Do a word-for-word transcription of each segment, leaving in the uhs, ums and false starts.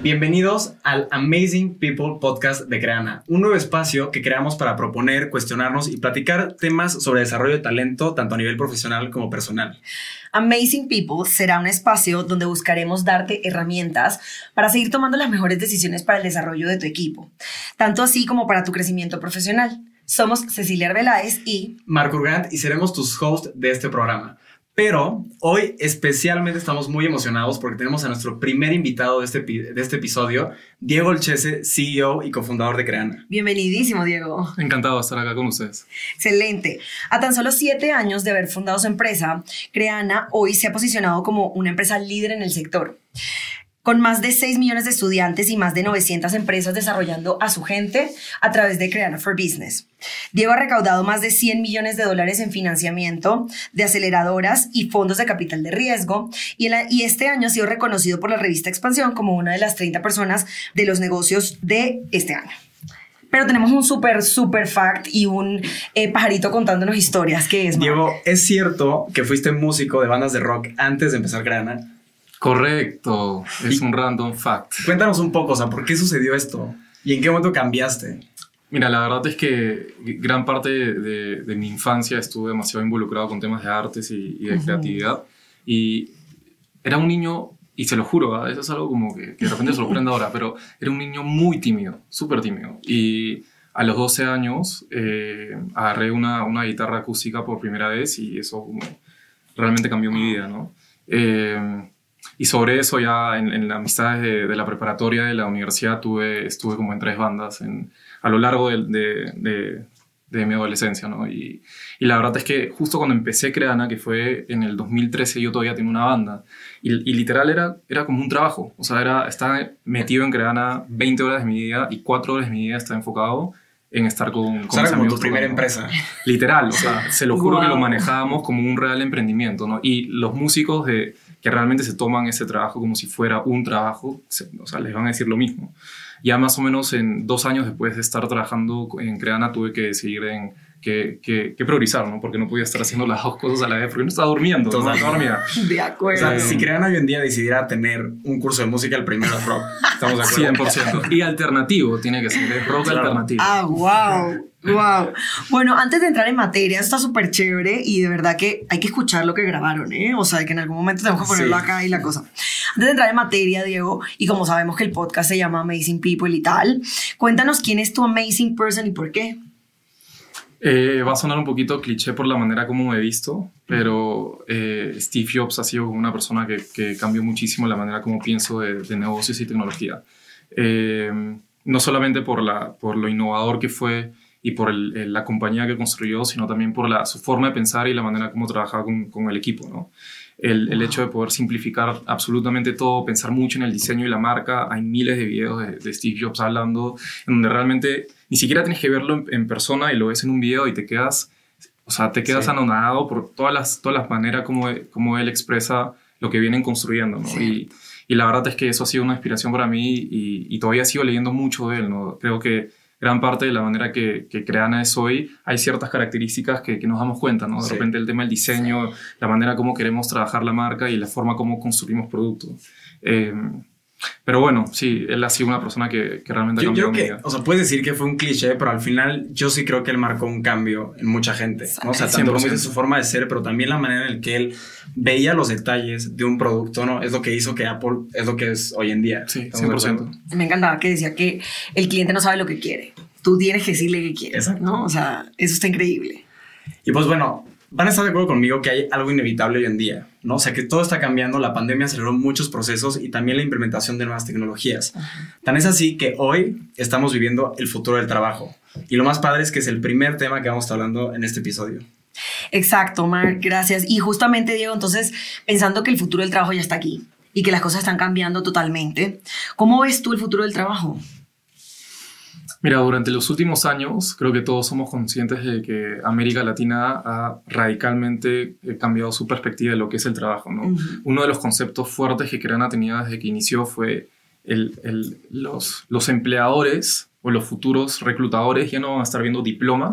Bienvenidos al Amazing People Podcast de Creana, un nuevo espacio que creamos para proponer, cuestionarnos y platicar temas sobre desarrollo de talento, tanto a nivel profesional como personal. Amazing People será un espacio donde buscaremos darte herramientas para seguir tomando las mejores decisiones para el desarrollo de tu equipo, tanto así como para tu crecimiento profesional. Somos Cecilia Arbeláez y Marco Urgant y seremos tus hosts de este programa. Pero hoy especialmente estamos muy emocionados porque tenemos a nuestro primer invitado de este, de este episodio, Diego Olchese, C E O y cofundador de Creana. Bienvenidísimo, Diego. Encantado de estar acá con ustedes. Excelente. A tan solo siete años de haber fundado su empresa, Creana hoy se ha posicionado como una empresa líder en el sector. Con más de seis millones de estudiantes y más de novecientas empresas desarrollando a su gente a través de Creana for Business. Diego ha recaudado más de cien millones de dólares en financiamiento de aceleradoras y fondos de capital de riesgo y, el, y este año ha sido reconocido por la revista Expansión como una de las treinta personas de los negocios de este año. Pero tenemos un súper, súper fact y un eh, pajarito contándonos historias. ¿Qué es, Mark? Diego, ¿es cierto que fuiste músico de bandas de rock antes de empezar Creana? Correcto, es y un random fact. Cuéntanos un poco, o sea, ¿por qué sucedió esto? ¿Y en qué momento cambiaste? Mira, la verdad es que gran parte de, de mi infancia estuve demasiado involucrado con temas de artes y, y de uh-huh. creatividad. Y era un niño, y se lo juro, ¿verdad? Eso es algo como que, que de repente sorprende ahora, pero era un niño muy tímido, súper tímido. Y a los doce años eh, agarré una, una guitarra acústica por primera vez y eso como, realmente cambió mi vida, ¿no? Eh, Y sobre eso ya en, en las amistades de, de la preparatoria de la universidad tuve, estuve como en tres bandas en, a lo largo de, de, de, de mi adolescencia, ¿no? Y, y la verdad es que justo cuando empecé Creana, que fue en el dos mil trece, yo todavía tenía una banda. Y, y literal era, era como un trabajo. O sea, era, estaba metido en Creana veinte horas de mi día y cuatro horas de mi día estaba enfocado en estar con, con o sea, mis como amigos. Tu primera empresa. Literal, o sea, se lo juro wow. que lo manejábamos como un real emprendimiento, ¿no? Y los músicos de, que realmente se toman ese trabajo como si fuera un trabajo, se, o sea, les van a decir lo mismo. Ya más o menos en dos años después de estar trabajando en Creana tuve que decidir en que, que, que priorizar, ¿no? Porque no podía estar haciendo las dos cosas a la vez, porque no estaba durmiendo, Entonces, no dormía. De acuerdo. O sea, si Creana hoy en día decidiera tener un curso de música, el primero es rock. Estamos de acuerdo. cien por ciento. Y alternativo tiene que ser, es rock claro. alternativo. Ah, wow. Wow. Bueno, antes de entrar en materia, está súper chévere y de verdad que hay que escuchar lo que grabaron, ¿eh? O sea, que en algún momento tenemos que ponerlo sí. acá y la cosa. Antes de entrar en materia, Diego, y como sabemos que el podcast se llama Amazing People y tal, cuéntanos quién es tu amazing person y por qué. Eh, va a sonar un poquito cliché por la manera como me he visto, pero eh, Steve Jobs ha sido una persona que, que cambió muchísimo la manera como pienso de, de negocios y tecnología. Eh, no solamente por, la, por lo innovador que fue y por el, el, la compañía que construyó, sino también por la, su forma de pensar y la manera como trabajaba con, con el equipo, ¿no? El, el hecho de poder simplificar absolutamente todo, pensar mucho en el diseño y la marca. Hay miles de videos de, de Steve Jobs hablando, en donde realmente ni siquiera tienes que verlo en, en persona y lo ves en un video y te quedas, o sea, te quedas sí. anonadado por todas las, todas las maneras como, como él expresa lo que vienen construyendo, ¿no? Sí. Y, y la verdad es que eso ha sido una inspiración para mí y, y todavía sigo leyendo mucho de él, ¿no? Creo que gran parte de la manera que, que Creana es hoy, hay ciertas características que, que nos damos cuenta, ¿no? De sí. repente el tema del diseño, sí. la manera como queremos trabajar la marca y la forma como construimos productos. Eh, pero bueno, sí, él ha sido una persona que, que realmente yo, ha cambiado yo mi que, vida. O sea, puedes decir que fue un cliché, pero al final yo sí creo que él marcó un cambio en mucha gente, ¿no? O sea, tanto como dice su forma de ser, pero también la manera en la que él veía los detalles de un producto, ¿no? Es lo que hizo que Apple es lo que es hoy en día. Sí, cien por ciento. Me encantaba que decía que el cliente no sabe lo que quiere. Tú tienes que decirle qué quieres, Exacto. ¿no? O sea, eso está increíble. Y pues bueno, van a estar de acuerdo conmigo que hay algo inevitable hoy en día, ¿no? O sea, que todo está cambiando, la pandemia aceleró muchos procesos y también la implementación de nuevas tecnologías. Uh-huh. Tan es así que hoy estamos viviendo el futuro del trabajo. Y lo más padre es que es el primer tema que vamos a estar hablando en este episodio. Exacto, Mark, gracias. Y justamente, Diego, entonces, pensando que el futuro del trabajo ya está aquí y que las cosas están cambiando totalmente, ¿cómo ves tú el futuro del trabajo? Mira, durante los últimos años creo que todos somos conscientes de que América Latina ha radicalmente cambiado su perspectiva de lo que es el trabajo, ¿no? Uh-huh. Uno de los conceptos fuertes que Creana tenía desde que inició fue el, el, los, los empleadores o los futuros reclutadores ya no van a estar viendo diplomas,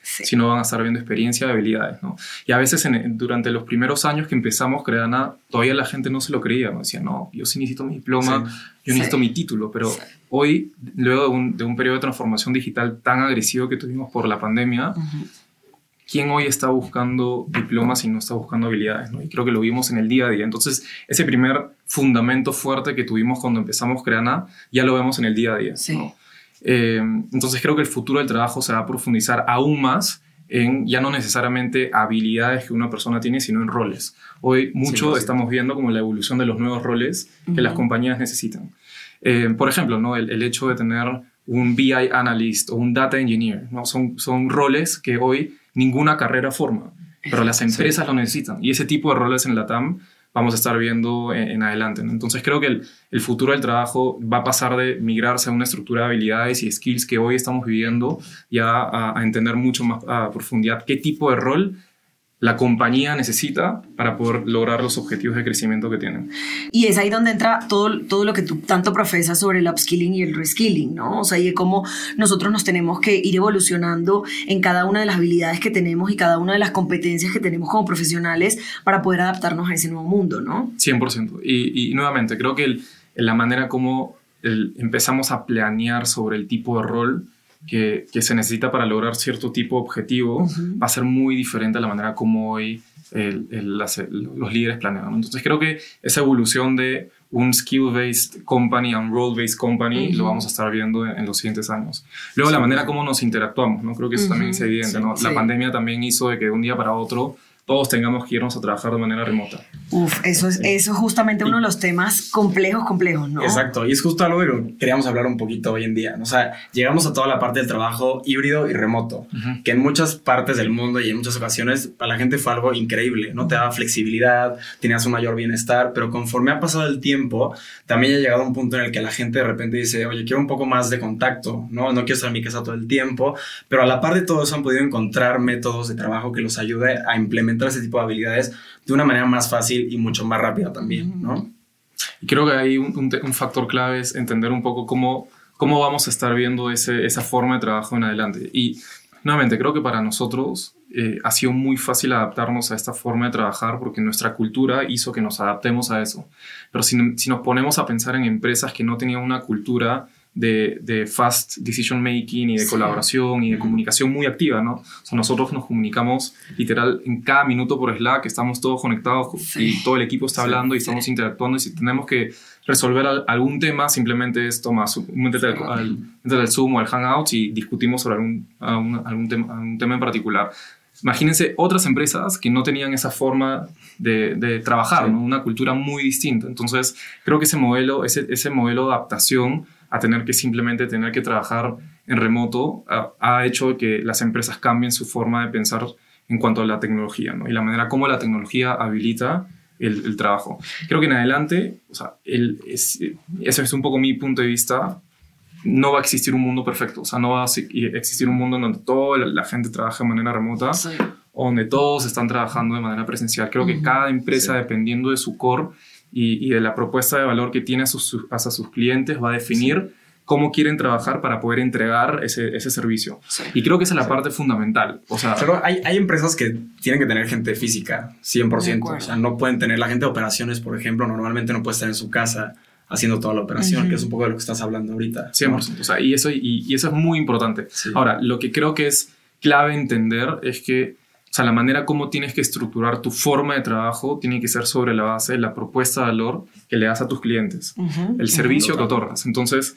Sí. sino van a estar viendo experiencia y habilidades, ¿no? Y a veces en, durante los primeros años que empezamos Creana, todavía la gente no se lo creía, ¿no? Decía, no, yo sí necesito mi diploma, sí. yo sí. necesito mi título, pero sí. hoy, luego de un, de un periodo de transformación digital tan agresivo que tuvimos por la pandemia, uh-huh. ¿quién hoy está buscando diplomas y no está buscando habilidades, ¿no? Y creo que lo vimos en el día a día. Entonces, ese primer fundamento fuerte que tuvimos cuando empezamos Creana, ya lo vemos en el día a día, sí. ¿no? Eh, entonces creo que el futuro del trabajo se va a profundizar aún más en ya no necesariamente habilidades que una persona tiene, sino en roles. Hoy mucho sí, sí. estamos viendo como la evolución de los nuevos roles uh-huh. que las compañías necesitan. Eh, por ejemplo, ¿no? el, el hecho de tener un B I Analyst o un Data Engineer, ¿no? son, son roles que hoy ninguna carrera forma, pero las empresas sí. lo necesitan. Y ese tipo de roles en la T A M vamos a estar viendo en, en adelante, ¿no? Entonces creo que el, el futuro del trabajo va a pasar de migrarse a una estructura de habilidades y skills que hoy estamos viviendo ya a, a entender mucho más a profundidad qué tipo de rol la compañía necesita para poder lograr los objetivos de crecimiento que tienen. Y es ahí donde entra todo, todo lo que tú tanto profesas sobre el upskilling y el reskilling, ¿no? O sea, y de cómo nosotros nos tenemos que ir evolucionando en cada una de las habilidades que tenemos y cada una de las competencias que tenemos como profesionales para poder adaptarnos a ese nuevo mundo, ¿no? cien por ciento. Y, y nuevamente, creo que el, la manera como el, empezamos a planear sobre el tipo de rol Que, que se necesita para lograr cierto tipo de objetivo uh-huh. va a ser muy diferente a la manera como hoy el, el, las, los líderes planean. Entonces creo que esa evolución de un skill-based company a un role-based company uh-huh. lo vamos a estar viendo en, en los siguientes años. Luego sí. la manera como nos interactuamos, ¿no? Creo que eso uh-huh. también es evidente, sí, ¿no? La sí. pandemia también hizo de que de un día para otro todos tengamos que irnos a trabajar de manera remota. Uf, eso es, eso es justamente uno de los temas complejos, complejos, ¿no? Exacto, y es justo algo de lo que queríamos hablar un poquito hoy en día, ¿no? O sea, llegamos a toda la parte del trabajo híbrido y remoto, uh-huh. que en muchas partes del mundo y en muchas ocasiones para la gente fue algo increíble, ¿no? Te daba flexibilidad, tenías un mayor bienestar, pero conforme ha pasado el tiempo, también ha llegado un punto en el que la gente de repente dice, oye, quiero un poco más de contacto, ¿no? No quiero estar en mi casa todo el tiempo, pero a la par de todo eso han podido encontrar métodos de trabajo que los ayude a implementar ese tipo de habilidades de una manera más fácil y mucho más rápida también, ¿no? Y creo que ahí un, un, un factor clave es entender un poco cómo, cómo vamos a estar viendo ese, esa forma de trabajo en adelante. Y nuevamente, creo que para nosotros eh, ha sido muy fácil adaptarnos a esta forma de trabajar porque nuestra cultura hizo que nos adaptemos a eso. Pero si, si nos ponemos a pensar en empresas que no tenían una cultura De, de fast decision making y de sí. colaboración y de comunicación muy activa, ¿no? O sea, nosotros nos comunicamos literal en cada minuto por Slack, estamos todos conectados sí. y todo el equipo está sí. hablando y sí. estamos interactuando, y si tenemos que resolver al, algún tema, simplemente es toma, métete al, al, métete al Zoom o al Hangout y discutimos sobre algún, algún, algún, tema, algún tema en particular. Imagínense otras empresas que no tenían esa forma de, de trabajar, sí. ¿no? Una cultura muy distinta. Entonces, creo que ese modelo, ese, ese modelo de adaptación a tener que simplemente tener que trabajar en remoto ha, ha hecho que las empresas cambien su forma de pensar en cuanto a la tecnología, ¿no? Y la manera como la tecnología habilita el, el trabajo. Creo que en adelante, o sea, el, es, eso es un poco mi punto de vista, no va a existir un mundo perfecto. O sea, no va a existir un mundo en donde toda la, la gente trabaja de manera remota sí. o donde todos están trabajando de manera presencial. Creo uh-huh. que cada empresa, sí. dependiendo de su core y, y de la propuesta de valor que tiene a sus, hacia sus clientes, va a definir sí. cómo quieren trabajar para poder entregar ese, ese servicio. Sí. Y creo que esa es la sí. parte fundamental. O sea, pero hay, hay empresas que tienen que tener gente física, cien por ciento. O sea, no pueden tener la gente de operaciones, por ejemplo, normalmente no puede estar en su casa haciendo toda la operación, uh-huh. que es un poco de lo que estás hablando ahorita. cien por ciento. ¿No? O sea, y, eso, y, y eso es muy importante. Sí. Ahora, lo que creo que es clave entender es que, o sea, la manera como tienes que estructurar tu forma de trabajo tiene que ser sobre la base de la propuesta de valor que le das a tus clientes, uh-huh. el servicio uh-huh. que otorgas. Entonces,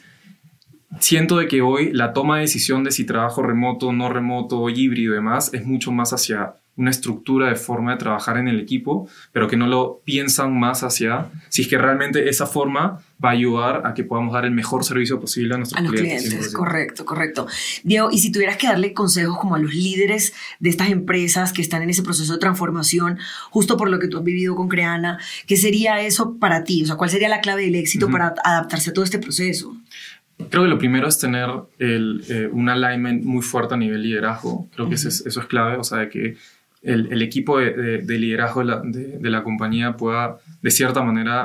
siento de que hoy la toma de decisión de si trabajo remoto, no remoto, híbrido y demás es mucho más hacia una estructura de forma de trabajar en el equipo, pero que no lo piensan más hacia si es que realmente esa forma va a ayudar a que podamos dar el mejor servicio posible a nuestros a los clientes. clientes. Correcto, correcto. Diego, y si tuvieras que darle consejos como a los líderes de estas empresas que están en ese proceso de transformación, justo por lo que tú has vivido con Creana, ¿qué sería eso para ti? O sea, ¿cuál sería la clave del éxito uh-huh. para adaptarse a todo este proceso? Creo que lo primero es tener el, eh, un alignment muy fuerte a nivel liderazgo. Creo uh-huh. que eso es, eso es clave, o sea, de que el, el equipo de, de, de liderazgo de la, de, de la compañía pueda, de cierta manera,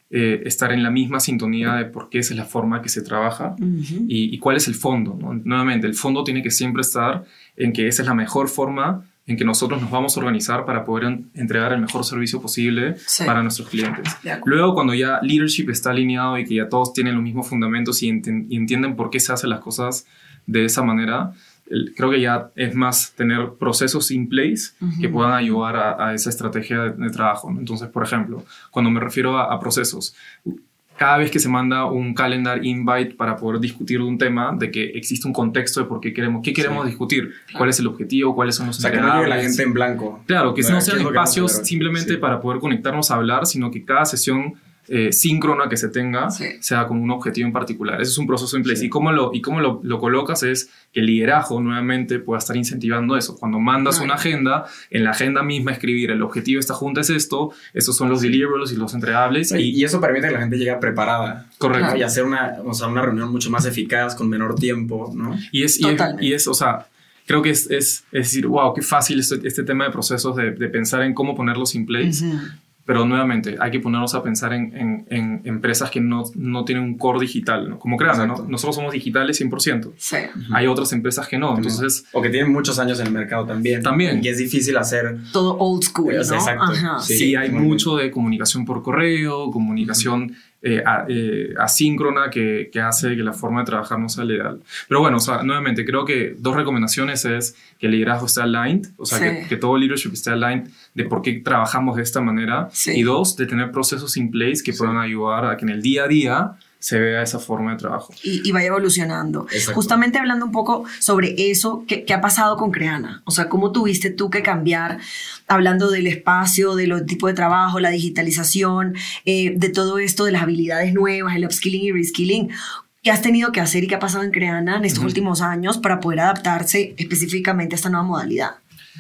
eh, estar en la misma sintonía de por qué esa es la forma que se trabaja uh-huh. y, y cuál es el fondo, ¿no? Nuevamente, el fondo tiene que siempre estar en que esa es la mejor forma en que nosotros nos vamos a organizar para poder en, entregar el mejor servicio posible sí. para nuestros clientes. Luego, cuando ya leadership está alineado y que ya todos tienen los mismos fundamentos y, ent- y entienden por qué se hacen las cosas de esa manera, el, creo que ya es más tener procesos in place uh-huh. que puedan ayudar a, a esa estrategia de, de trabajo, ¿no? Entonces, por ejemplo, cuando me refiero a, a procesos, cada vez que se manda un calendar invite para poder discutir un tema, de que existe un contexto de por qué queremos, qué queremos sí. discutir, claro. cuál es el objetivo, cuáles son los o sea, que no llegue la gente en blanco. Claro, que no sean espacios simplemente sí. para poder conectarnos a hablar, sino que cada sesión eh, síncrona que se tenga sí. sea con un objetivo en particular. Ese es un proceso en place. Sí. Y cómo, lo, y cómo lo, lo colocas es que el liderazgo nuevamente pueda estar incentivando eso. Cuando mandas right. una agenda, en la agenda misma escribir el objetivo de esta junta es esto, estos son los deliverables y los entregables. Y, y eso permite que la gente llegue preparada. Correcto. ¿no? Y hacer una, o sea, una reunión mucho más eficaz, con menor tiempo, ¿no? Y es, y es, y es o sea, creo que es, es, es decir, wow, qué fácil este, este tema de procesos, de, de pensar en cómo ponerlos in place. Uh-huh. Pero nuevamente, hay que ponernos a pensar en, en, en empresas que no, no tienen un core digital, ¿no? Como Creana, ¿no? Nosotros somos digitales cien por ciento. Sí. Uh-huh. Hay otras empresas que no, entonces... O que tienen muchos años en el mercado también. También. Y es difícil hacer... Todo old school, ¿no? Exacto. Ajá. Sí, sí, hay mucho bien. de comunicación por correo, comunicación... Uh-huh. Eh, a, eh, asíncrona que, que hace que la forma de trabajar no sea legal. Pero bueno, o sea, nuevamente, creo que dos recomendaciones es que el liderazgo esté aligned, o sea, sí. que, que todo el leadership esté aligned de por qué trabajamos de esta manera. Sí. Y dos, de tener procesos in place que sí. puedan ayudar a que en el día a día se vea esa forma de trabajo. Y, y vaya evolucionando. Exacto. Justamente hablando un poco sobre eso, ¿qué, qué ha pasado con Creana? O sea, ¿cómo tuviste tú que cambiar, hablando del espacio, de los tipos de trabajo, la digitalización, eh, de todo esto, de las habilidades nuevas, el upskilling y reskilling? ¿Qué has tenido que hacer y qué ha pasado en Creana en estos uh-huh. últimos años para poder adaptarse específicamente a esta nueva modalidad?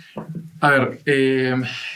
A ver, eh...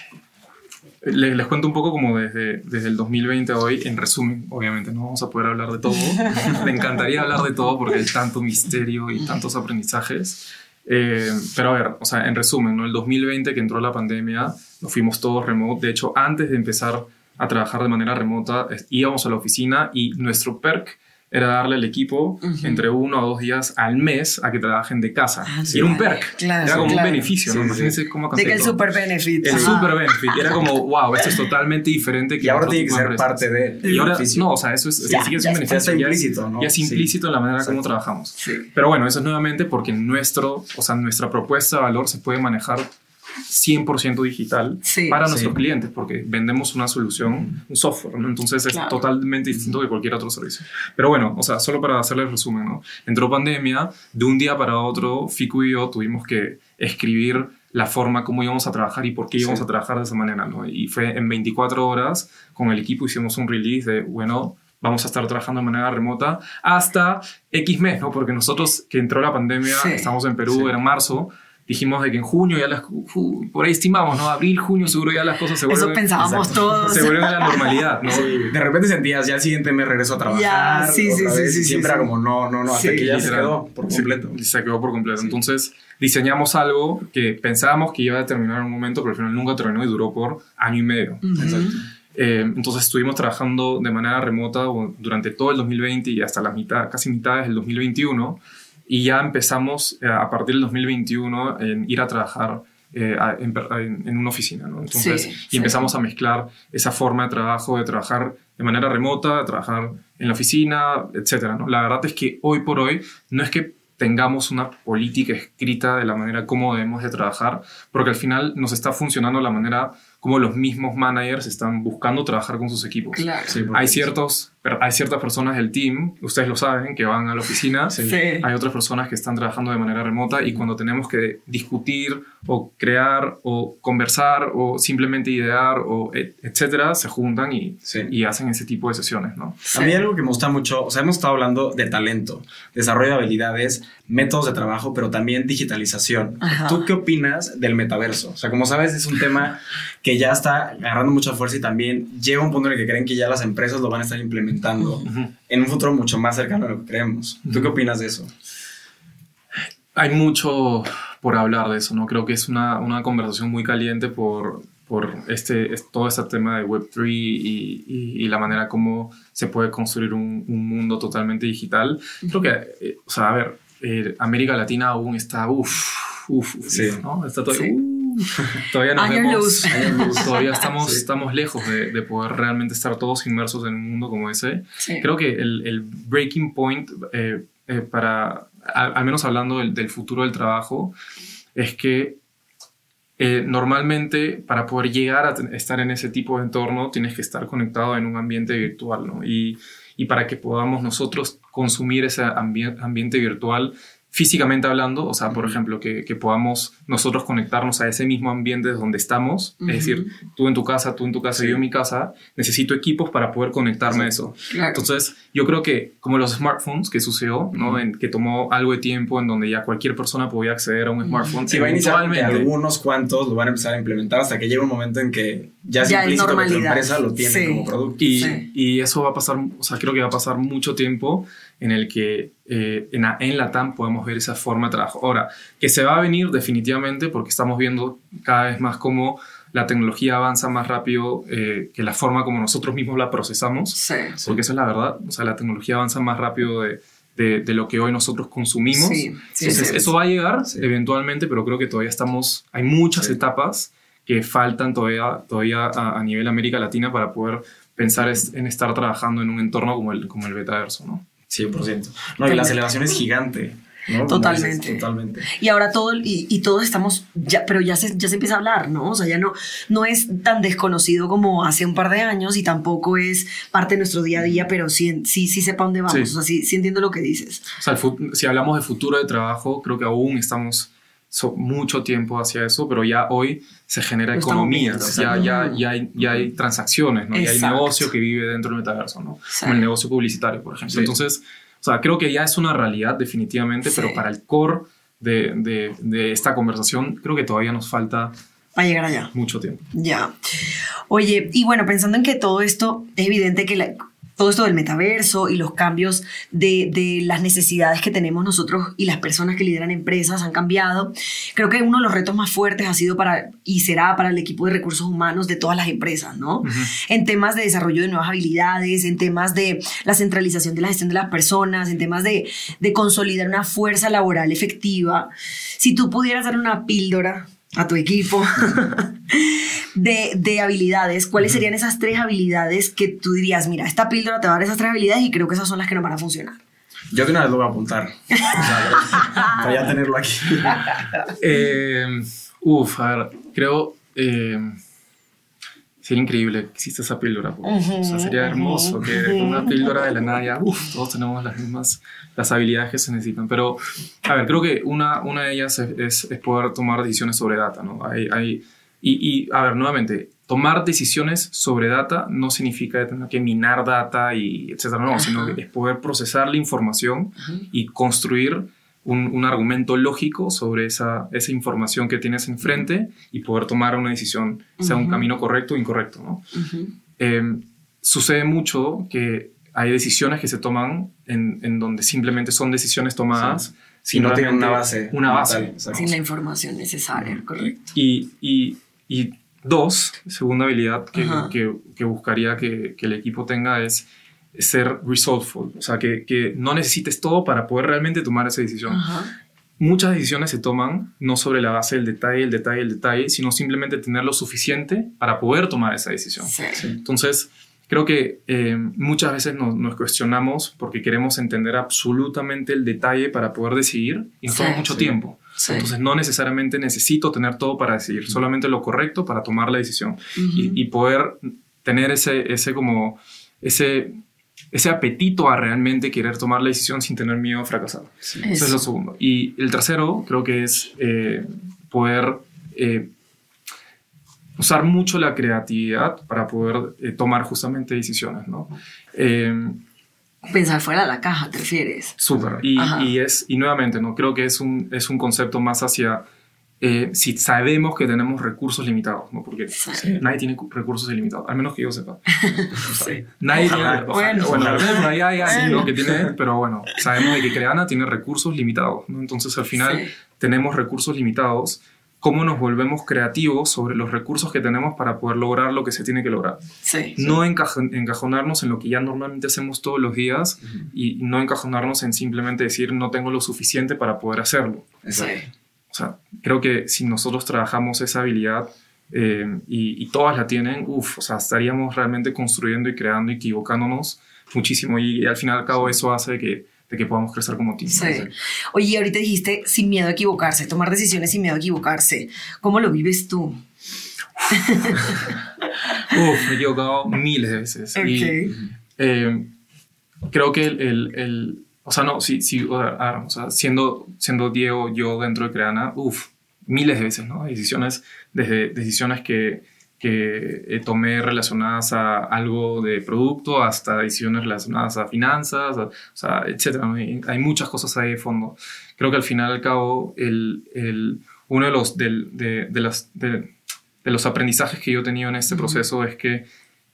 Les, les cuento un poco como desde, desde el dos mil veinte a hoy, en resumen, obviamente no vamos a poder hablar de todo. Me encantaría hablar de todo porque hay tanto misterio y tantos aprendizajes. Eh, pero a ver, o sea, en resumen, ¿no? El dos mil veinte que entró la pandemia, nos fuimos todos remote. De hecho, antes de empezar a trabajar de manera remota, íbamos a la oficina y nuestro perk era darle al equipo uh-huh. entre uno a dos días al mes a que trabajen de casa. Ah, sí, y era un perk. Claro, era como claro. un beneficio, sí, ¿no? Imagínense sí. cómo de que el super benefit. El Ajá. super benefit. Era como, wow, esto es totalmente diferente. Que y ahora tiene que ser parte de... Y ahora, no, o sea, eso es, ya, sí, es ya, un beneficio. Ya está implícito, ¿no? Ya es implícito sí. en la manera Exacto. como trabajamos. Sí. Pero bueno, eso es nuevamente porque nuestro, o sea, nuestra propuesta de valor se puede manejar cien por ciento digital sí, para nuestros sí. clientes, porque vendemos una solución, un software, ¿no? Entonces es claro. totalmente distinto que cualquier otro servicio. Pero bueno, o sea, solo para hacerles resumen, ¿no? Entró pandemia, de un día para otro, Fico y yo tuvimos que escribir la forma como íbamos a trabajar y por qué íbamos sí. a trabajar de esa manera, ¿no? Y fue en veinticuatro horas, con el equipo hicimos un release de, bueno, vamos a estar trabajando de manera remota hasta X mes, ¿no? Porque nosotros, que entró la pandemia, sí. estamos en Perú, sí. era en marzo, dijimos de que en junio ya las... Por ahí estimamos, ¿no? Abril, junio, seguro ya las cosas se vuelven... Eso pensábamos exacto, todos. Se vuelven a la normalidad, ¿no? Sí. De repente sentías, ya el siguiente mes regreso a trabajar. Ya, sí, sí, sí, sí. Siempre sí, era como, no, no, no, hasta sí, que ya literal, se quedó por completo. Sí, se quedó por completo. Sí. Entonces, diseñamos algo que pensábamos que iba a terminar en un momento, pero al final nunca terminó y duró por año y medio. Uh-huh. Exacto. Eh, entonces estuvimos trabajando de manera remota durante todo el dos mil veinte y hasta la mitad, casi mitades del dos mil veintiuno. Y ya empezamos eh, a partir del dos mil veintiuno en ir a trabajar eh, a, en, en, en una oficina, ¿no? Entonces, sí, y empezamos sí. a mezclar esa forma de trabajo, de trabajar de manera remota, de trabajar en la oficina, etcétera, ¿no? La verdad es que hoy por hoy no es que tengamos una política escrita de la manera como debemos de trabajar, porque al final nos está funcionando la manera como los mismos managers están buscando trabajar con sus equipos. Claro. Sí, hay, ciertos, hay ciertas personas del team, ustedes lo saben, que van a la oficina. Sí. Hay otras personas que están trabajando de manera remota y cuando tenemos que discutir o crear o conversar o simplemente idear o etcétera, se juntan y, sí. y hacen ese tipo de sesiones, ¿no? Sí. A mí algo que me gusta mucho, o sea, hemos estado hablando de talento, desarrollo de habilidades, métodos de trabajo, pero también digitalización. Ajá. ¿Tú qué opinas del metaverso? O sea, como sabes, es un tema que ya está agarrando mucha fuerza y también llega un punto en el que creen que ya las empresas lo van a estar implementando uh-huh. en un futuro mucho más cercano a lo que creemos. ¿Tú uh-huh. qué opinas de eso? Hay mucho por hablar de eso, ¿no? Creo que es una, una conversación muy caliente por, por este, es, todo este tema de web tres y, y, y la manera como se puede construir un, un mundo totalmente digital. Creo que, eh, o sea, a ver, eh, América Latina aún está, uff, uff, sí. ¿no? Está todavía, sí. uh, todavía nos Años vemos, luz. años luz, todavía estamos, sí. estamos lejos de, de poder realmente estar todos inmersos en un mundo como ese. Sí. Creo que el, el breaking point, eh, eh, para, a, al menos hablando del, del futuro del trabajo, es que Eh, normalmente para poder llegar a estar en ese tipo de entorno tienes que estar conectado en un ambiente virtual, ¿no? Y, y para que podamos nosotros consumir ese ambi- ambiente virtual físicamente hablando, o sea, por ejemplo, que, que podamos nosotros conectarnos a ese mismo ambiente donde estamos, uh-huh. es decir, tú en tu casa, tú en tu casa, sí. yo en mi casa, necesito equipos para poder conectarme sí. a eso. Claro. Entonces, yo creo que como los smartphones que sucedió, ¿no? Uh-huh. En, que tomó algo de tiempo en donde ya cualquier persona podía acceder a un smartphone. Sí, va a iniciar que algunos cuantos lo van a empezar a implementar hasta que llegue un momento en que ya es ya implícito es que tu empresa lo tiene sí. como producto. Y, sí. y eso va a pasar, o sea, creo que va a pasar mucho tiempo en el que eh, en, en LATAM podemos ver esa forma de trabajo. Ahora, que se va a venir definitivamente porque estamos viendo cada vez más cómo la tecnología avanza más rápido eh, que la forma como nosotros mismos la procesamos. Sí. Porque esa es la verdad. O sea, la tecnología avanza más rápido de, de, de lo que hoy nosotros consumimos. Sí, sí, Entonces, sí, eso sí. va a llegar sí. eventualmente, pero creo que todavía estamos... Hay muchas sí. etapas que faltan todavía, todavía a, a nivel América Latina para poder pensar es, en estar trabajando en un entorno como el, como el betaverso, ¿no? cien por ciento. No, y la aceleración es gigante, ¿no? Totalmente. Dices, totalmente. Y ahora todo, y, y todos estamos, ya, pero ya se, ya se empieza a hablar, ¿no? O sea, ya no, no es tan desconocido como hace un par de años y tampoco es parte de nuestro día a día, pero sí, sí, sí sepa dónde vamos. Sí. O sea, sí, sí entiendo lo que dices. O sea, el, si hablamos de futuro de trabajo, creo que aún estamos so, mucho tiempo hacia eso, pero ya hoy se genera economías, ya, ya, ya, hay, ya hay transacciones, ¿no? Ya hay negocio que vive dentro del metaverso, ¿no? Sí. Como el negocio publicitario, por ejemplo. Sí. Entonces, o sea, creo que ya es una realidad definitivamente, sí. pero para el core de, de, de esta conversación, creo que todavía nos falta a llegar allá. Mucho tiempo. Ya. Oye, y bueno, pensando en que todo esto, es evidente que la, todo esto del metaverso y los cambios de, de las necesidades que tenemos nosotros y las personas que lideran empresas han cambiado. Creo que uno de los retos más fuertes ha sido para, y será para el equipo de recursos humanos de todas las empresas, ¿no? Uh-huh. En temas de desarrollo de nuevas habilidades, en temas de la centralización de la gestión de las personas, en temas de, de consolidar una fuerza laboral efectiva. Si tú pudieras dar una píldora a tu equipo de, de habilidades, ¿cuáles uh-huh. serían esas tres habilidades que tú dirías, mira, esta píldora te va a dar esas tres habilidades y creo que esas son las que nos van a funcionar? Yo de una vez lo voy a apuntar. O sea, para ya tenerlo aquí. eh, uf, a ver, creo... Eh, sería increíble que exista esa píldora. Uh-huh, o sea, sería hermoso uh-huh, que uh-huh. una píldora de la nada ya, uf, todos tenemos las mismas las habilidades que se necesitan. Pero, a ver, creo que una, una de ellas es, es, es poder tomar decisiones sobre data, ¿no? Hay, hay, y, y, a ver, nuevamente, tomar decisiones sobre data no significa tener que minar data y etcétera, no, uh-huh. sino que es poder procesar la información uh-huh. y construir Un, un argumento lógico sobre esa, esa información que tienes enfrente y poder tomar una decisión, sea uh-huh. un camino correcto o incorrecto, ¿no? Uh-huh. Eh, sucede mucho que hay decisiones que se toman en, en donde simplemente son decisiones tomadas sí. sin no tienen una base. Una base. Sin la información necesaria, uh-huh. correcto. Y, y, y dos, segunda habilidad que, uh-huh. que, que buscaría que, que el equipo tenga es ser resourceful, o sea, que, que no necesites todo para poder realmente tomar esa decisión. Uh-huh. Muchas decisiones se toman no sobre la base del detalle, el detalle, el detalle, sino simplemente tener lo suficiente para poder tomar esa decisión. Sí. Entonces, creo que eh, muchas veces nos, nos cuestionamos porque queremos entender absolutamente el detalle para poder decidir y nos sí, toma mucho sí. tiempo. Sí. Entonces, no necesariamente necesito tener todo para decidir, solamente lo correcto para tomar la decisión uh-huh. y, y poder tener ese, ese como, ese... ese apetito a realmente querer tomar la decisión sin tener miedo a fracasar. Sí. Eso. Eso es lo segundo. Y el tercero creo que es eh, poder eh, usar mucho la creatividad para poder eh, tomar justamente decisiones, ¿no? Eh, Pensar fuera de la caja, ¿te refieres? Súper. Y, y, es, y nuevamente, ¿no? Creo que es un, es un concepto más hacia... Eh, si sabemos que tenemos recursos limitados, ¿no? Porque sí. nadie tiene recursos ilimitados, al menos que yo sepa. Sí. Nadie ojalá, tiene, bueno, bueno, por ahí hay alguien ¿no? que tiene, pero bueno, sabemos de que Creana tiene recursos limitados, ¿no? Entonces al final sí. tenemos recursos limitados. cómo nos volvemos creativos sobre los recursos que tenemos para poder lograr lo que se tiene que lograr. Sí, no sí. Encajon- encajonarnos en lo que ya normalmente hacemos todos los días uh-huh. y no encajonarnos en simplemente decir no tengo lo suficiente para poder hacerlo. Sí. O sea, creo que si nosotros trabajamos esa habilidad eh, y, y todas la tienen, uf, o sea, estaríamos realmente construyendo y creando y equivocándonos muchísimo y, y al final y al cabo eso hace que de que podamos crecer como team. Sí. Oye, ahorita dijiste sin miedo a equivocarse, tomar decisiones sin miedo a equivocarse. ¿Cómo lo vives tú? Uf, me he equivocado miles de veces. Okay. Y eh, creo que el, el, el... O sea, no, sí, sí, o sea, siendo, siendo Diego, yo dentro de Creana, uf, miles de veces, ¿no? Decisiones, desde decisiones que... que eh, tomé relacionadas a algo de producto hasta decisiones relacionadas a finanzas, a, o sea, etcétera, ¿no? Hay muchas cosas ahí de fondo. Creo que al final y al cabo, el, el, uno de los, del, de, de, las, de, de los aprendizajes que yo he tenido en este uh-huh. proceso es que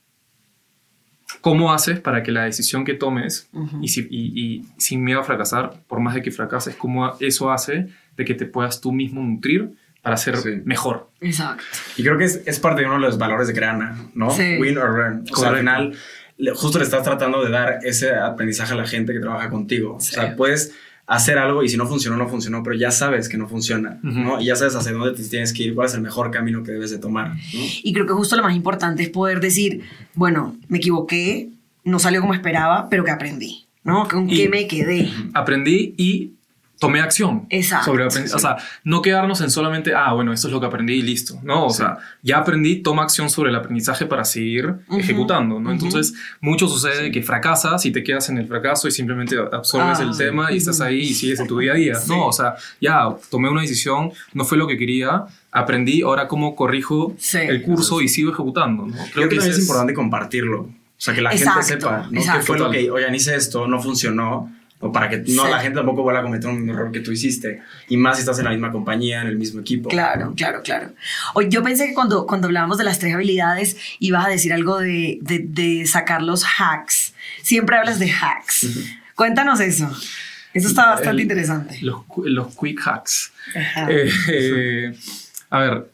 ¿cómo haces para que la decisión que tomes uh-huh. y, si, y, y sin miedo a fracasar, por más de que fracases, cómo eso hace de que te puedas tú mismo nutrir para ser sí. mejor? Exacto. Y creo que es, es parte de uno de los valores de Creana, ¿no? Sí. Win or learn. O sea, al final, le, justo le estás tratando de dar ese aprendizaje a la gente que trabaja contigo. Sí. O sea, puedes hacer algo y si no funcionó, no funcionó, pero ya sabes que no funciona, uh-huh. ¿no? Y ya sabes hacia dónde te tienes que ir, cuál es el mejor camino que debes de tomar, ¿no? Y creo que justo lo más importante es poder decir, bueno, me equivoqué, no salió como esperaba, pero que aprendí, ¿no? ¿Con qué me quedé? Aprendí y tomé acción. Exacto. Sobre aprendi- sí. O sea, no quedarnos en solamente, ah, bueno, esto es lo que aprendí y listo. No, o sí. sea, ya aprendí, toma acción sobre el aprendizaje para seguir uh-huh. ejecutando, ¿no? Uh-huh. Entonces, mucho sucede sí. que fracasas y te quedas en el fracaso y simplemente absorbes ah, el tema uh-huh. y estás ahí y sigues en tu día a día. Sí. No, o sea, ya tomé una decisión, no fue lo que quería, aprendí, ahora cómo corrijo sí. el curso y sigo ejecutando, ¿no? Creo, Creo que, que también es importante compartirlo. O sea, que la exacto, gente sepa, ¿no? Exacto. Que fue lo que, oigan, hice esto, no funcionó. O para que no, sí. la gente tampoco vuelva a cometer un error que tú hiciste. Y más si estás en la misma compañía, en el mismo equipo. Claro, claro, claro. O yo pensé que cuando, cuando hablábamos de las tres habilidades ibas a decir algo de, de, de sacar los hacks. Siempre hablas de hacks. Uh-huh. Cuéntanos eso. Eso está bastante el, interesante. Los, los quick hacks. Eh, eh, a ver...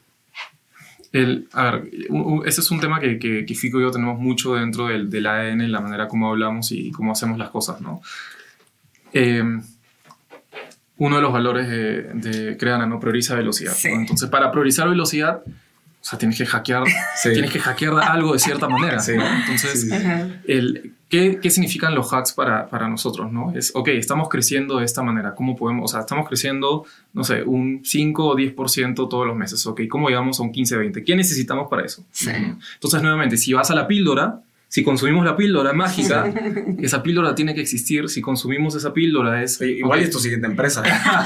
El, a ver, ese es un tema que, que, que Fico y yo tenemos mucho dentro del, del A D N, la manera como hablamos y cómo hacemos las cosas, ¿no? Eh, uno de los valores de, de Creana, ¿no? Prioriza velocidad, sí. ¿no? Entonces, para priorizar velocidad, o sea, tienes que hackear, sí. tienes que hackear algo de cierta manera, sí. ¿no? Entonces, sí. el, ¿qué, ¿qué significan los hacks para, para nosotros, ¿no? Es, ok, estamos creciendo de esta manera, ¿cómo podemos? O sea, estamos creciendo, no sé, un cinco o diez por ciento todos los meses, ok, ¿cómo llegamos a un quince o veinte? ¿Qué necesitamos para eso? Sí. Entonces, nuevamente, si vas a la píldora, si consumimos la píldora mágica, esa píldora tiene que existir. Si consumimos esa píldora es... Oye, igual okay. es tu siguiente empresa.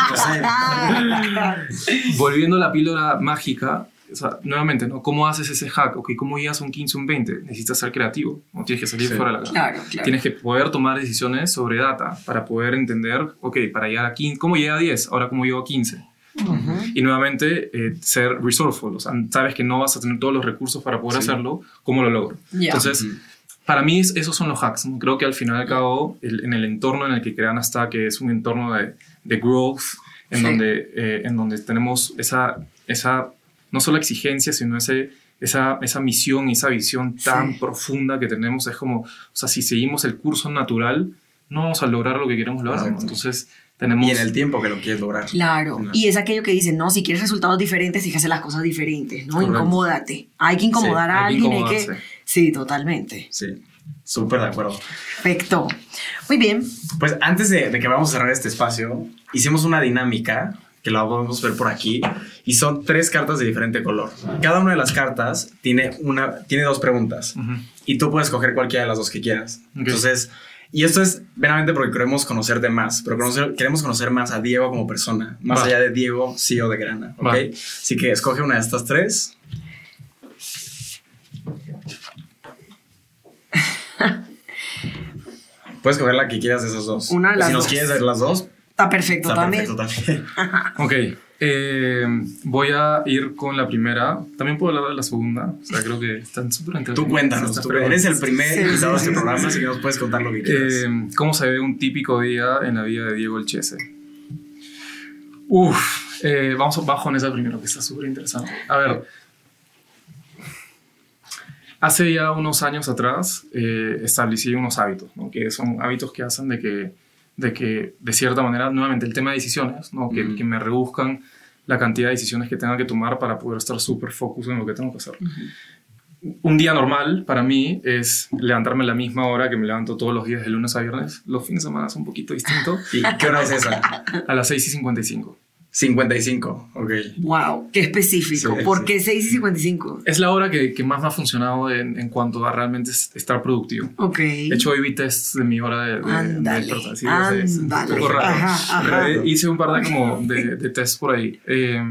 No sé. Volviendo a la píldora mágica, o sea, nuevamente, ¿no? ¿Cómo haces ese hack? Okay, ¿cómo llegas a un quince o un veinte? Necesitas ser creativo. No tienes que salir sí. fuera de la casa. Claro, claro. Tienes que poder tomar decisiones sobre data para poder entender, ok, para llegar a quince, ¿cómo llegué a diez? Ahora, ¿cómo llego a quince? Uh-huh. Y nuevamente eh, ser resourceful, o sea, sabes que no vas a tener todos los recursos para poder sí. hacerlo, ¿cómo lo logro? Yeah. Entonces, uh-huh. para mí esos son los hacks, ¿no? Creo que al final y al cabo, el, en el entorno en el que Creana está, que es un entorno de, de growth, en, sí. donde, eh, en donde tenemos esa, esa, no solo exigencia, sino ese, esa, esa misión y esa visión tan sí. profunda que tenemos, es como, o sea, si seguimos el curso natural, no vamos a lograr lo que queremos lograr, ¿no? Entonces... Tenemos... Y en el tiempo que lo quieres lograr. Claro. No. Y es aquello que dicen, no, si quieres resultados diferentes, tienes que hacer las cosas diferentes, ¿no? Correcto. Incomódate. Hay que incomodar sí, a hay alguien. que hay que... Sí, totalmente. Sí, súper de acuerdo. Perfecto. Muy bien. Pues antes de, de que vamos a cerrar este espacio, hicimos una dinámica que la podemos ver por aquí y son tres cartas de diferente color. Cada una de las cartas tiene, una, tiene dos preguntas uh-huh. y tú puedes escoger cualquiera de las dos que quieras. Okay. Entonces... Y esto es veramente porque queremos conocerte más, pero conocer, queremos conocer más a Diego como persona, más Va. allá de Diego, C E O de Creana, ¿ok? Va. Así que escoge una de estas tres. Puedes escoger la que quieras de esas dos. Una de las si nos dos. quieres ver las dos. Está perfecto está también. Perfecto también. Ok. Eh, voy a ir con la primera. También puedo hablar de la segunda. O sea, creo que están súper entretenidas. Tú cuéntanos. Tú eres el primer sí, invitado sí, de este sí, programa, sí. así que nos puedes contar lo que quieras. Eh, ¿Cómo se ve un típico día en la vida de Diego Olchese? Uf, Eh, vamos bajo en esa primero, que está súper interesante. A ver, hace ya unos años atrás eh, establecí unos hábitos, ¿no? Que son hábitos que hacen de que, de que, de cierta manera, nuevamente el tema de decisiones, ¿no? Que, mm. que me reduzcan la cantidad de decisiones que tenga que tomar para poder estar súper focus en lo que tengo que hacer. Uh-huh. Un día normal para mí es levantarme a la misma hora que me levanto todos los días de lunes a viernes. Los fines de semana es un poquito distinto. ¿Y qué hora es esa? A las seis y cincuenta y cinco. cincuenta y cinco, ok. Wow, qué específico. Sí, ¿Por sí. qué seis y cincuenta y cinco? Es la hora que, que más me ha funcionado en, en cuanto a realmente estar productivo. Ok. De hecho, hoy vi tests de mi hora de... de ándale, de sí, ándale. Es un poco raro. Ajá, ajá. Pero hice un par de, como de, de tests por ahí. Eh,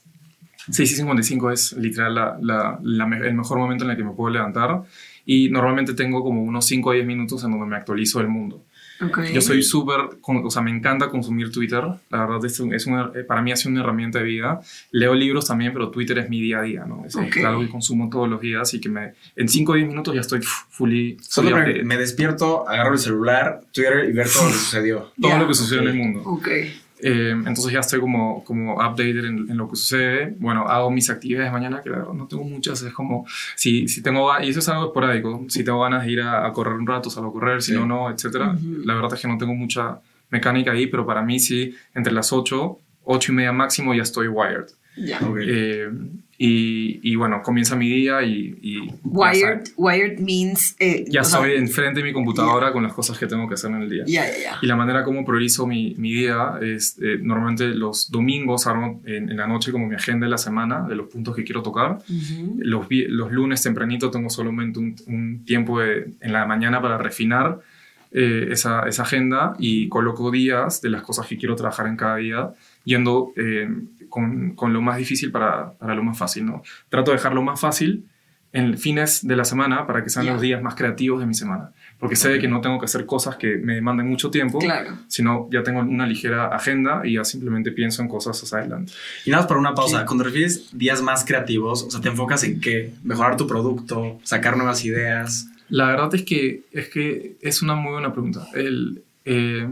seis y cincuenta y cinco es literal la, la, la, el mejor momento en el que me puedo levantar. Y normalmente tengo como unos cinco a diez minutos en donde me actualizo el mundo. Okay. Yo soy súper, o sea, me encanta consumir Twitter. La verdad es, es una, para mí ha sido una herramienta de vida. Leo libros también, pero Twitter es mi día a día, ¿no? Es okay. algo que consumo todos los días y que me, en cinco o diez minutos ya estoy fully... Solo fully me despierto, agarro el celular, Twitter y ver todo lo que sucedió. Todo yeah. lo que sucede okay. en el mundo. Okay. Eh, entonces ya estoy como, como updated en, en lo que sucede. Bueno, hago mis actividades de mañana, que la verdad no tengo muchas. Es como, si, si tengo, y eso es algo esporádico. Si tengo ganas de ir a, a correr un rato, salgo a correr, si sí. no, no, etcétera. Uh-huh. La verdad es que no tengo mucha mecánica ahí, pero para mí sí, entre las ocho, ocho y media máximo ya estoy wired. Yeah. Okay. Eh, y, y bueno, comienza mi día y... y wired, wired means... Eh, ya estoy sea, enfrente de mi computadora yeah. con las cosas que tengo que hacer en el día. Yeah, yeah, yeah. Y la manera como priorizo mi, mi día es... Eh, normalmente los domingos armo en, en la noche como mi agenda de la semana, de los puntos que quiero tocar. Uh-huh. Los, los lunes tempranito tengo solamente un, un tiempo de, en la mañana para refinar eh, esa, esa agenda y coloco días de las cosas que quiero trabajar en cada día, yendo... Eh, Con, con lo más difícil para, para lo más fácil, ¿no? Trato de dejarlo más fácil en fines de la semana para que sean yeah. los días más creativos de mi semana. Porque sé okay. que no tengo que hacer cosas que me demanden mucho tiempo, claro. sino ya tengo una ligera agenda y ya simplemente pienso en cosas hacia adelante. Y nada más para una pausa, ¿sí? Cuando te refieres días más creativos, o sea, ¿te enfocas en qué? ¿Mejorar tu producto? ¿Sacar nuevas ideas? La verdad es que es, que es una muy buena pregunta. El... Eh,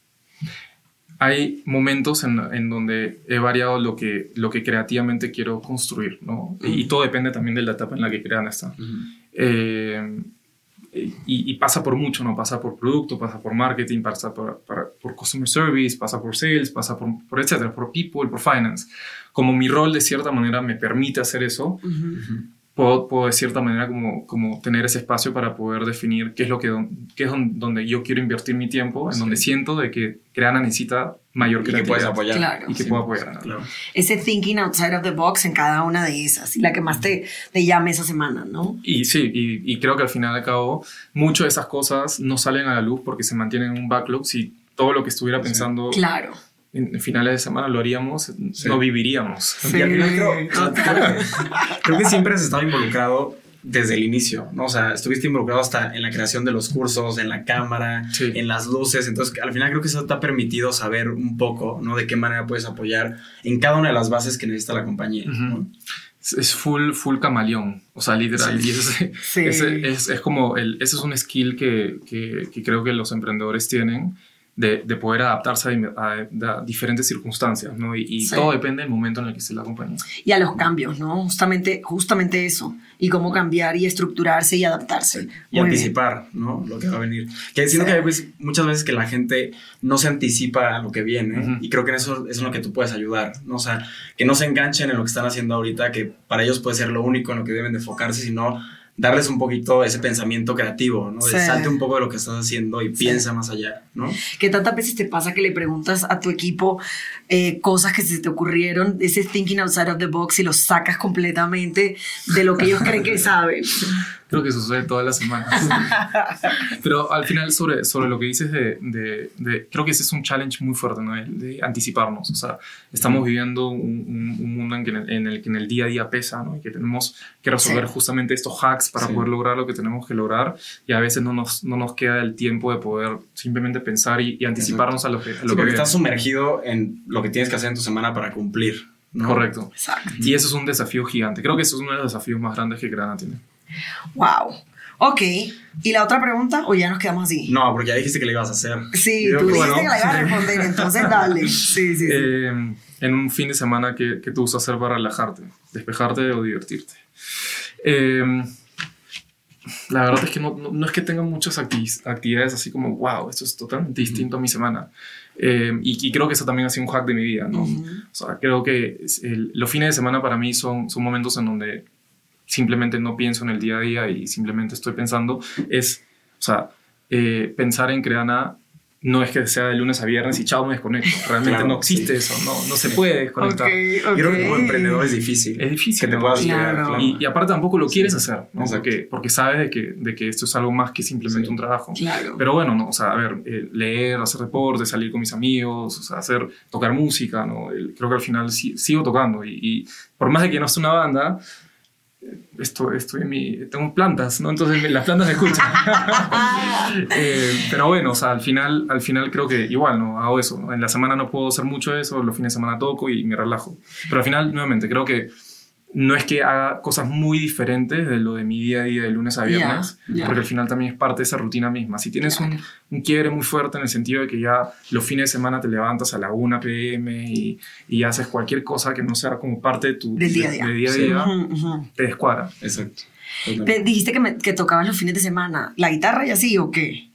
Hay momentos en, en donde he variado lo que, lo que creativamente quiero construir, ¿no? Uh-huh. Y, y todo depende también de la etapa en la que crean está. Uh-huh. Eh, y, y pasa por mucho, ¿no? Pasa por producto, pasa por marketing, pasa por, para, por customer service, pasa por sales, pasa por, por etcétera, por people, por finance. Como mi rol de cierta manera me permite hacer eso, uh-huh. puedo, puedo de cierta manera como, como tener ese espacio para poder definir qué es, lo que, qué es donde yo quiero invertir mi tiempo, en sí. donde siento de que Creana necesita mayor creatividad. Y que puedes apoyar. Claro. Y que sí, puedo apoyar. Claro. Ese thinking outside of the box en cada una de esas, y la que más te, te llame esa semana, ¿no? Y sí, y, y creo que al final y al cabo, muchas de esas cosas no salen a la luz porque se mantienen en un backlog. Si todo lo que estuviera pensando... Sí. Claro. En finales de semana lo haríamos, sí. no viviríamos. Sí. Y al final creo, creo, que, creo que siempre has estado involucrado desde el inicio, ¿no? O sea, estuviste involucrado hasta en la creación de los cursos, en la cámara, sí. en las luces. Entonces, al final creo que eso te ha permitido saber un poco, ¿no? De qué manera puedes apoyar en cada una de las bases que necesita la compañía, uh-huh. ¿no? Es full, full camaleón, o sea, literal. Sí. Y ese, sí. ese, es, es como, el, ese es un skill que, que, que creo que los emprendedores tienen. De, de poder adaptarse a, a, a diferentes circunstancias, ¿no? Y, y sí. todo depende del momento en el que esté la compañía. Y a los cambios, ¿no? Justamente, justamente eso. Y cómo cambiar y estructurarse y adaptarse. Sí. Y Muy anticipar, bien. ¿no? Lo que va a venir. Que siento sí. que pues, muchas veces que la gente no se anticipa a lo que viene. Uh-huh. Y creo que en eso es en lo que tú puedes ayudar, ¿no? O sea, que no se enganchen en lo que están haciendo ahorita, que para ellos puede ser lo único en lo que deben de enfocarse, sino... darles un poquito ese pensamiento creativo, ¿no? Sí. De salte un poco de lo que estás haciendo y sí. piensa más allá, ¿no? ¿Qué tantas veces te pasa que le preguntas a tu equipo eh, cosas que se te ocurrieron, ese thinking outside of the box, y los sacas completamente de lo que ellos creen que saben? Creo que eso sucede todas las semanas. Pero al final, sobre, sobre lo que dices de, de, de... Creo que ese es un challenge muy fuerte, ¿no? De, de anticiparnos. O sea, estamos viviendo un, un, un mundo en, que en, el, en el que en el día a día pesa, ¿no? Y que tenemos que resolver sí. justamente estos hacks para sí. poder lograr lo que tenemos que lograr. Y a veces no nos, no nos queda el tiempo de poder simplemente pensar y, y anticiparnos Exacto. a lo que, a lo sí, que porque viene. Estás sumergido en lo que tienes que hacer en tu semana para cumplir, ¿no? Correcto. Exacto. Y eso es un desafío gigante. Creo que eso es uno de los desafíos más grandes que Creana tiene. Wow. Ok. ¿Y la otra pregunta o ya nos quedamos así? No, porque ya dijiste que le ibas a hacer. Sí, yo, tú dijiste bueno. que la ibas a responder, entonces dale. Sí, sí, sí. Eh, en un fin de semana que, que te gusta hacer para relajarte, despejarte o divertirte. Eh, la verdad es que no, no, no es que tenga muchas acti- actividades así como, wow, esto es totalmente distinto a mi semana. Eh, y, y creo que eso también ha sido un hack de mi vida, ¿no? Uh-huh. O sea, creo que el, los fines de semana para mí son, son momentos en donde simplemente no pienso en el día a día y simplemente estoy pensando. Es, o sea, eh, pensar en Creana no es que sea de lunes a viernes y chao, me desconecto. Realmente claro, no existe sí. eso, no, no se puede desconectar. Okay, okay. Creo que como emprendedor es difícil. Es difícil. Que te ¿no? puedas claro. llegar, claro. y, y aparte tampoco lo quieres sí. hacer, ¿no? Porque, porque sabes de que, de que esto es algo más que simplemente sí. un trabajo. Claro. Pero bueno, ¿no? O sea, a ver, eh, leer, hacer deporte, salir con mis amigos, o sea, hacer, tocar música, ¿no? El, creo que al final sí, sigo tocando y, y por más de que no esté una banda, Esto, estoy en mi, tengo plantas, ¿no? Entonces las plantas me escuchan. eh, pero bueno, o sea, al final, al final creo que igual, ¿no? Hago eso, ¿no? En la semana no puedo hacer mucho eso, los fines de semana toco y me relajo. Pero al final, nuevamente, creo que no es que haga cosas muy diferentes de lo de mi día a día de lunes a viernes, yeah, yeah. porque al final también es parte de esa rutina misma. Si tienes claro. un, un quiebre muy fuerte en el sentido de que ya los fines de semana te levantas a la una pe eme y, y haces cualquier cosa que no sea como parte de tu de día a día, de, de día, a sí. día uh-huh, uh-huh. te descuadra. Exacto. Te dijiste que, me, que tocabas los fines de semana, ¿la guitarra y así o qué?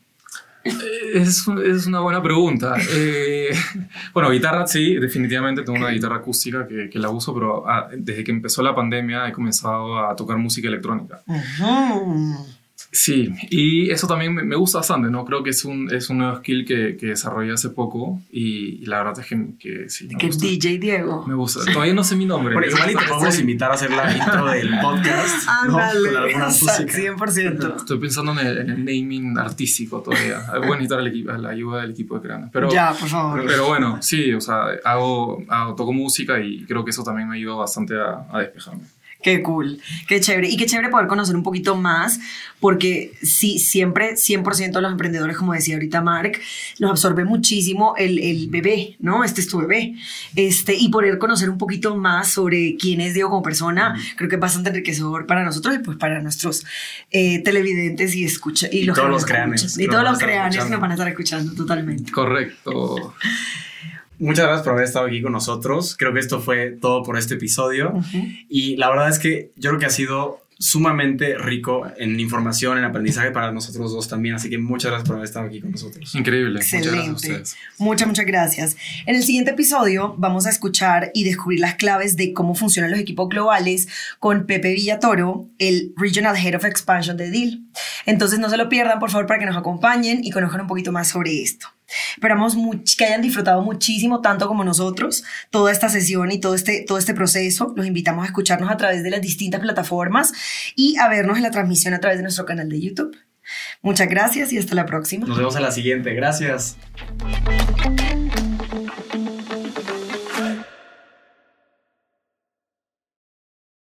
Es, es una buena pregunta. Eh, bueno, guitarra sí, definitivamente tengo una guitarra acústica que, que la uso, pero ah, desde que empezó la pandemia he comenzado a tocar música electrónica. Uh-huh. Sí, y eso también me, me gusta bastante, ¿no? Creo que es un, es un nuevo skill que, que desarrollé hace poco y, y la verdad es que, que sí. Que es D J Diego. Me gusta. Todavía no sé mi nombre. Bueno, igual y te podemos invitar a hacer la intro del podcast. Ándale, ¿no? Con alguna música. cien por ciento. Estoy pensando en el, en el naming artístico todavía. Voy a necesitar el equipo, la ayuda del equipo de Creana. Pero, ya, por favor. Pero, pero bueno, sí, o sea, hago, hago, toco música y creo que eso también me ayuda bastante a, a despejarme. Qué cool, qué chévere. Y qué chévere poder conocer un poquito más, porque sí, siempre, cien por ciento de los emprendedores, como decía ahorita Mark, los absorbe muchísimo el, el bebé, ¿no? Este es tu bebé. Este, y poder conocer un poquito más sobre quién es Diego como persona, mm. creo que es bastante enriquecedor para nosotros y pues para nuestros eh, televidentes y escucha y, y los todos los creanes. Y todos los creanes que nos van a estar escuchando totalmente. Correcto. Muchas gracias por haber estado aquí con nosotros. Creo que esto fue todo por este episodio. Uh-huh. Y la verdad es que yo creo que ha sido sumamente rico en información, en aprendizaje para nosotros dos también. Así que muchas gracias por haber estado aquí con nosotros. Increíble. Excelente. Muchas gracias a ustedes. Muchas, muchas gracias. En el siguiente episodio vamos a escuchar y descubrir las claves de cómo funcionan los equipos globales con Pepe Villatoro, el Regional Head of Expansion de Deel. Entonces no se lo pierdan, por favor, para que nos acompañen y conozcan un poquito más sobre esto. Esperamos much- que hayan disfrutado muchísimo, tanto como nosotros, toda esta sesión y todo este, todo este proceso. Los invitamos a escucharnos a través de las distintas plataformas y a vernos en la transmisión a través de nuestro canal de YouTube. Muchas gracias y hasta la próxima. Nos vemos en la siguiente. Gracias.